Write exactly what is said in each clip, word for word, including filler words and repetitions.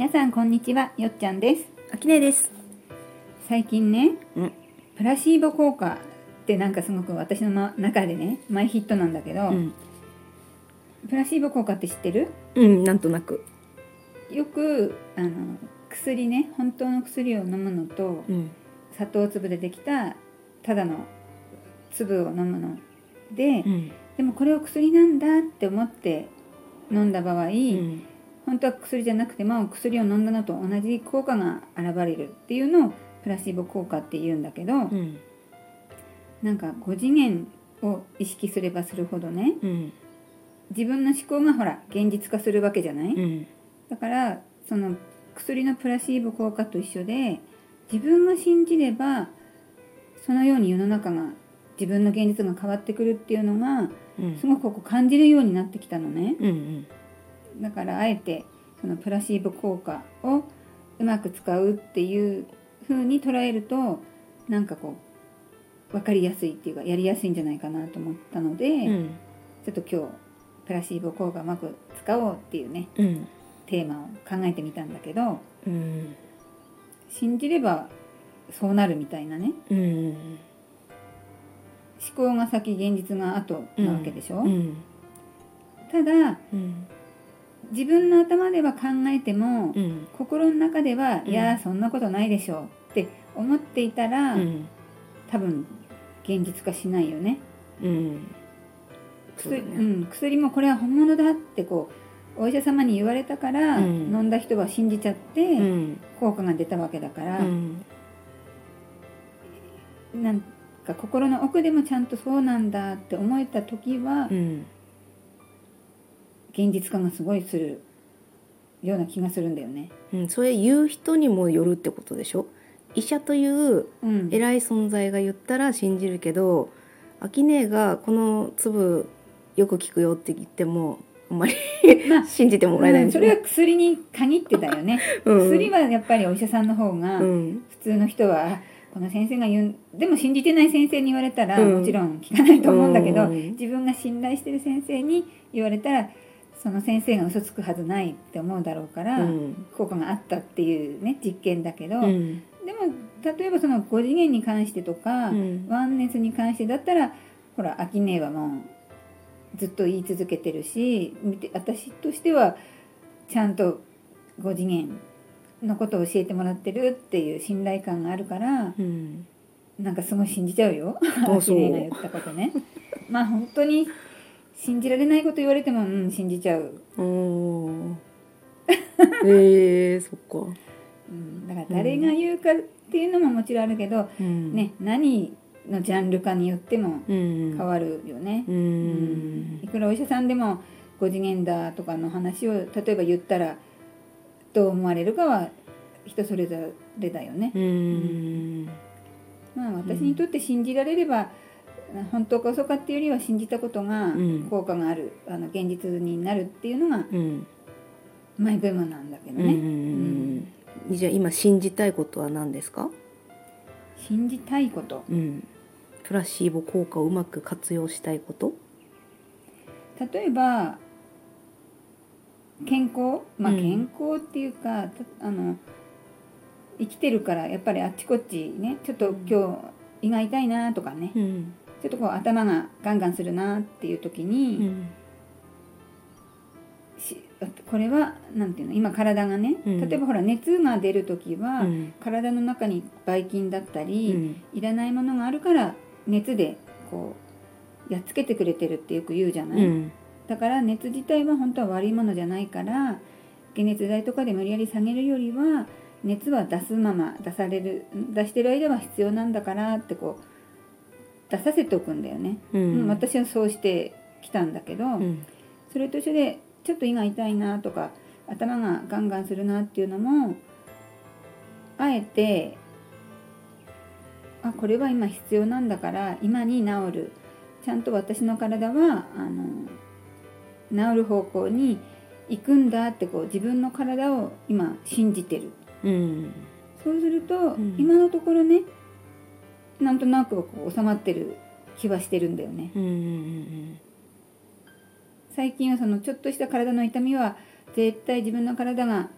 皆さんこんにちは、よっちゃんです。 あきねです。 最近ね、 うん、 プラシーボ効果ってなんかすごく私の中でねマイヒットなんだけど、 うん、 プラシーボ効果って知ってる？ うん、なんとなく。 よくあの薬ね、本当の薬を飲むのと、 うん、 砂糖粒でできたただの粒を飲むので、 うん、 でもこれを薬なんだって思って飲んだ場合、 うん、 本当は薬じゃなくても薬を飲んだのと同じ効果が現れるっていうのをプラシーボ効果って言うんだけど、 うん、 なんかご次元を意識すればするほどね、 うん、 自分の思考がほら現実化するわけじゃない、 うん、 だからその薬のプラシーボ効果と一緒で、自分が信じればそのように世の中が自分の現実が変わってくるっていうのがすごくこう感じるようになってきたのね、 うん、 だからあえてそのプラシーボ効果をうまく使うっていう風に捉えると、なんかこう分かりやすいっていうかやりやすいんじゃないかなと思ったので、 うん、 ちょっと今日プラシーボ効果をうまく使おうっていうね、 うん、 テーマを考えてみたんだけど、 うん、 信じればそうなるみたいなね、 うん、 思考が先現実が後なわけでしょ、 うん、 ただうん、 自分の頭では考えても、 うん、 心の中では、 うん、 いやそんなことないでしょうって思っていたら、 うん、 多分現実化しないよね。 うん、そうだ薬、 ね。 うん、薬もこれは本物だってこうお医者様に言われたから、 うん、 飲んだ人は信じちゃって、 うん、 効果が出たわけだから、 うん、 なんか心の奥でもちゃんとそうなんだって思えた時は、 うん、 現実化がすごいするような気がするんだよね。 うん、それ言う人にもよるってことでしょ。医者といううん、 偉い存在が言ったら信じるけど、アキネがこの粒よく効くよって言ってもあんまりまあ信じてもらえないんでしょ、 うん、それは薬に限ってだよね、 うん、 薬はやっぱりお医者さんの方が、 うん、 普通の人はこの先生が言う、でも信じてない先生に言われたら、 うん、 もちろん聞かないと思うんだけど、 うん、 自分が信頼してる先生に言われたらその先生が嘘つくはずないって思うだろうから、 うん、 効果があったっていうね実験だけど、 うん、 でも例えばそのご次元に関してとか、 うん、 ワンネスに関してだったらほらアキネはもうずっと言い続けてるし、見て私としてはちゃんとご次元のことを教えてもらってるっていう信頼感があるから、 うん、 なんかすごい信じちゃうよあアキネが言ったことね。まあ本当に信じられないこと言われても、うん、信じちゃう、 おーえー、そっか、 うん、だから誰が言うかっていうのももちろんあるけど、 うん、 ね、何のジャンルかによってもうん変わるよね、 うん、 うんいくらお医者さんでもご次元だとかの話を例えば言ったらどう思われるかは人それぞれだよね、 うん、 まあ私にとって信じられれば、本当か嘘かっていうよりは信じたことが効果がある、あの現実になるっていうのがマイブームなんだけどね、 うんうん、じゃあ今信じたいことは何ですか？ 信じたいこと、 うん、プラシーボ効果をうまく活用したいこと、 例えば健康、まあ、 うん健康っていうか、あの生きてるからやっぱりあっちこっちね、ちょっと今日胃が痛いなとかね、 うん、 ちょっとこう頭がガンガンするなっていう時に、 うん、 これはなんていうの、今体がね、 うん、 例えばほら熱が出る時は、 うん、 体の中にばい菌だったり、 うん、 いらないものがあるから熱でこうやっつけてくれてるってよく言うじゃない、 うん、 だから熱自体は本当は悪いものじゃないから、解熱剤とかで無理やり下げるよりは熱は出すまま出される出してる間は必要なんだからってこう出させておくんだよね、 うんうん、私はそうしてきたんだけど、 うん、 それと一緒でちょっと胃が痛いなとか頭がガンガンするなっていうのもあえて、あこれは今必要なんだから今に治る、ちゃんと私の体はあの治る方向に行くんだってこう自分の体を今信じてる、 うん、 そうすると、 うん、 今のところねなんとなくこう収まってる気はしてるんだよね、 うん、 最近はそのちょっとした体の痛みは絶対自分の体が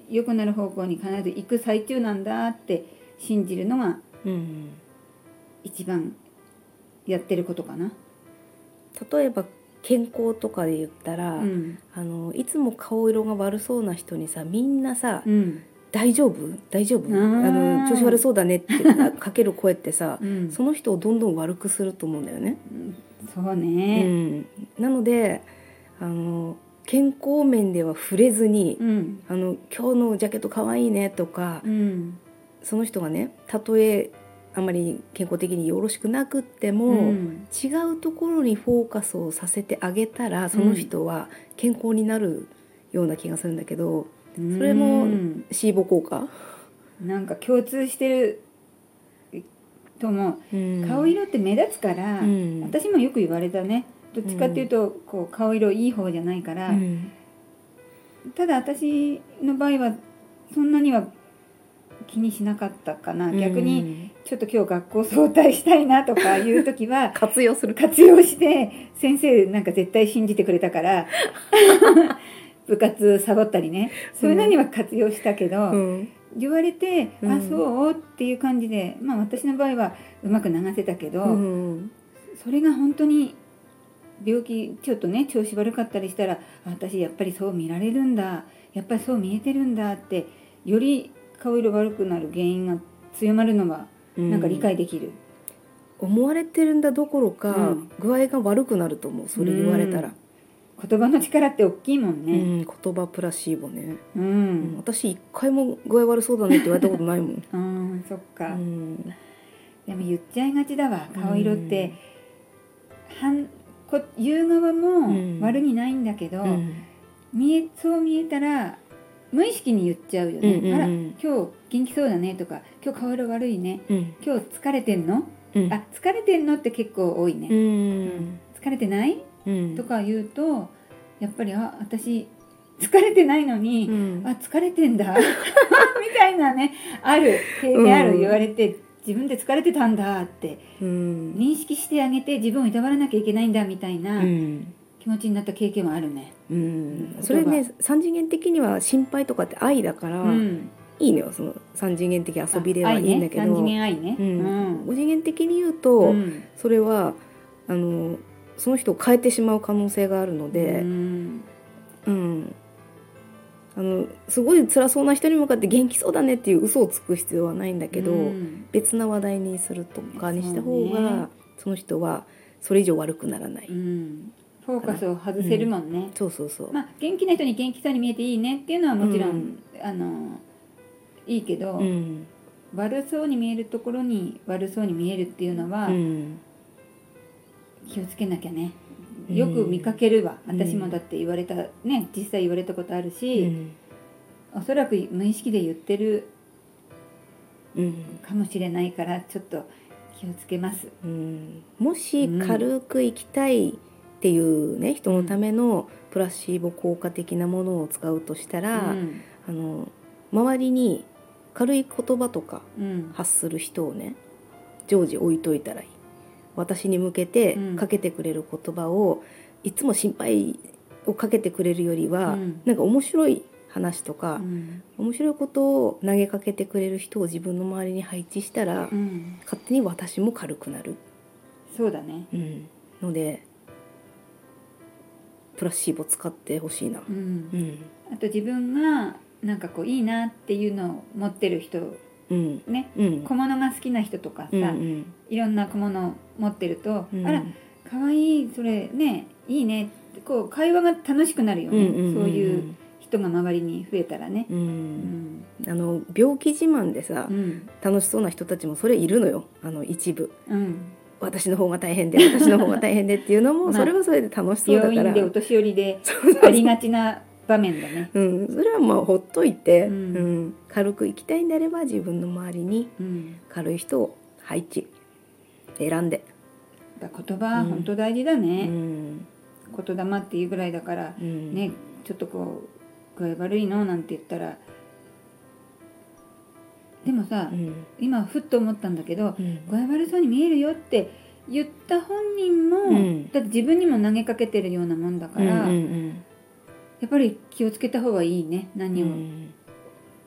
良くなる方向に必ず行く最中なんだって信じるのがうん一番やってることかな。 例えば健康とかで言ったら、 うんあのいつも顔色が悪そうな人にさ、みんなさ、 うん大丈夫大丈夫ああーの調子悪そうだねってかける声ってさ、 うんその人をどんどん悪くすると思うんだよね。 そううねん、なのであの健康面では触れずに、 うんあの今日のジャケットかわいいねとか、 うんその人がね、たとえあまり健康的によろしくなくっても、 うん違うところにフォーカスをさせてあげたら、その人は健康になるような気がするんだけど、それもうんシーボ効果、 なんか共通してると思う、 うん顔色って目立つから、 うん私もよく言われたね。どっちかっていうと、こう顔色いい方じゃないから、 うんただ私の場合はそんなには気にしなかったかな。逆にちょっと今日学校早退したいなとかいう時は活用する活用して先生なんか絶対信じてくれたから部活サボったりね、そういうのには活用したけど、 うん言われて、 うんあそうっていう感じで、まあ私の場合はうまく流せたけど、 うんそれが本当に病気ちょっとね調子悪かったりしたら、あ私やっぱりそう見られるんだ、やっぱりそう見えてるんだって、より顔色悪くなる原因が強まるのはなんか理解できる、 思われてるんだどころか、 うん具合が悪くなると思う、それ言われたら。 言葉の力って大きいもんうん、 ね。 言葉プラシーボね、 うん、ううんん、 私一回も具合悪そうだねって言われたことないもん。 そっか、 うんでも言っちゃいがちだわ、顔色って、はんこ言う側も悪気ないんだけど、 うん見えそう見えたら無意識に言っちゃうよね、 うんうんうんあら今日元気そうだねとか、今日顔色悪いね、 うん今日疲れてんの、 うんあ疲れてんのって結構多いね、 うん疲れてないうんとか言うと、やっぱりあ私疲れてないのに、 うんあ疲れてんだみたいなね、ある経験ある、 うん言われて自分で疲れてたんだってうん認識してあげて、自分をいたわらなきゃいけないんだみたいなうん気持ちになった経験はあるね。 うんそれね、三次元的には心配とかって愛だから、 うん、 いいのよ、その三次元的遊びではいいんだけど、 あ愛ね、三次元愛ね、 うん五次元的に言うと、 うんそれはあのその人を変えてしまう可能性があるので、 うんうんあのすごい辛そうな人に向かって元気そうだねっていう嘘をつく必要はないんだけど、 うん別な話題にするとかにした方そうがねその人はそれ以上悪くならない、 うんフォーカスを外せるもんね、 そうそうそう、 まあ、元気な人に元気そうに見えていいねっていうのはもちろん、 うんあのいいけど、 うん悪そうに見えるところに悪そうに見えるっていうのはうん気をつけなきゃね。よく見かけるわ、 うん私もだって言われたね、実際言われたことあるうし、 んおそらく無意識で言ってるうんかもしれないから、ちょっと気をつけます。 うんもし軽く生きたいっていうね、人のためのプラシーボ効果的なものを使うとしたら、 うんあの周りに軽い言葉とかうん発する人をね常時置いといたらいい。私に向けてうんかけてくれる言葉を、いつも心配をかけてくれるよりは、 うんなんか面白い話とか、 うん面白いことを投げかけてくれる人を自分の周りに配置したら、 うん勝手に私も軽くなる、 そうだね、 うん、のでプラシーボ使ってほしいな、 うんうんあと自分がなんかこういいなっていうのを持ってる人うんね、 うん小物が好きな人とかさ、 うんうんいろんな小物持ってると、 うんあらかわいいそれねいいねってこう会話が楽しくなるよね、 うんうんうんうんそういう人が周りに増えたらね、 ううんんあの病気自慢でさ、 うん楽しそうな人たちもそれいるのよ、あの一部。 うん、 私の方が大変で私の方が大変でっていうのもまあそれはそれで楽しそうだから、 病院でお年寄りでそうそうそうありがちな場面だね、 うん、それはまあほっといて、 ううんん軽く生きたいんであれば自分の周りにうん、 軽い人を配置選んで、 だから言葉うん本当大事だうね、 ん言霊っていうぐらいだから、 うんねちょっとこう具合悪いのなんて言ったらでもさ、 うん今ふっと思ったんだけど、 うん具合悪そうに見えるよって言った本人も、 うんだって自分にも投げかけてるようなもんだから、 うんうんやっぱり気をつけた方がいいね、 う何をん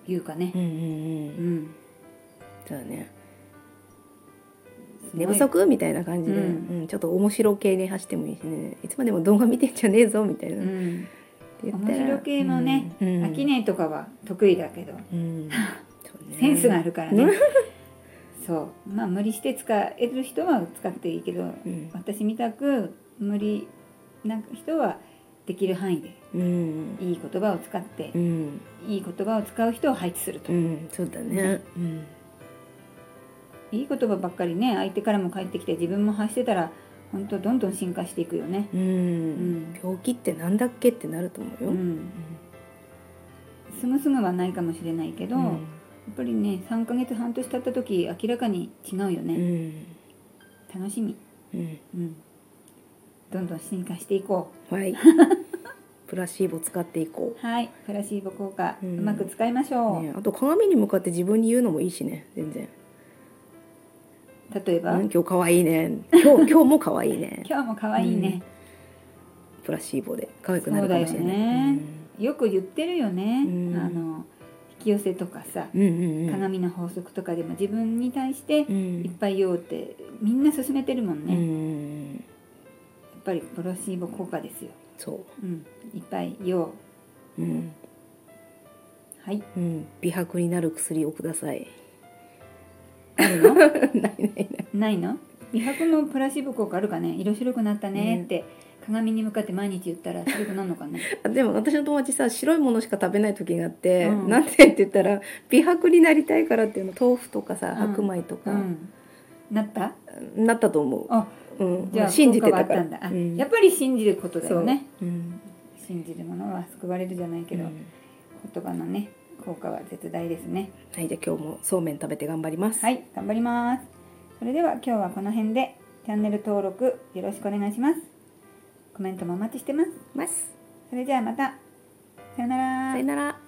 いうかね。 うんうんうんうんそうだね。 すごい寝不足みたいな感じで、 ううんんちょっと面白系に走ってもいいしね、いつまでも動画見てんじゃねえぞみたいな、 うってん、 言ったら面白系もね、 うんうんアキネとかは得意だけど、 うんそうねセンスがあるからね、 うんそうまあ無理して使える人は使っていいけど、 うん私みたく無理な人はできる範囲でうんいい言葉を使って、 うんいい言葉を使う人を配置すると、 うんそうだねうんいい言葉ばっかりね相手からも返ってきて自分も発してたら本当どんどん進化していくよね。 うん、 うん病気ってなんだっけってなると思うよ、 うん、すぐすぐはないかもしれないけど、 うんやっぱりねさんかげつ半年経った時明らかに違うようね、 ん楽しみ、 うんうん、どんどん進化していこはいプラシーボ使っていこう。はいプラシーボ効果、 ううんまく使いましょう、 う、 ね、あと鏡に向かって自分に言うのもいいしね全然、 例えば、 うん、今日かわいいね今日今日もかわいいね今日も可愛いね、 プラシーボで可愛くなるかもしれない、 そうだよねよく言ってるよね、 うんあの引き寄せとかさ、 うんうんうん鏡の法則とかでも自分に対してういっんぱい言おうってみんな勧めてるもんうね、やんっぱりプラシーボ効果ですよ、 そうん、いっぱい言おう。 ううんはいうん美白になる薬をくださいあるのないないないないの？美白もプラシーボ効果あるかね。色白くなったねって鏡に向かって毎日言ったら白くなるのかね。 あでも私の友達さ白いものしか食べない時があって、 うんなんでって言ったら美白になりたいからっていうの豆腐とかさうん白米とか、 うん、なった？ なったと思う、 あ、 うん、 じゃあ信じて効果はたからあったんだ。あうんやっぱり信じることだよね。 そううん信じるものは救われるじゃないけど、 うん言葉のね効果は絶大ですね。 はいじゃあ今日もそうめん食べて頑張りますはい頑張ります。それでは今日はこの辺でチャンネル登録よろしくお願いします。コメントもお待ちしてます。 ますそれじゃあまたさよなら。 さよなら。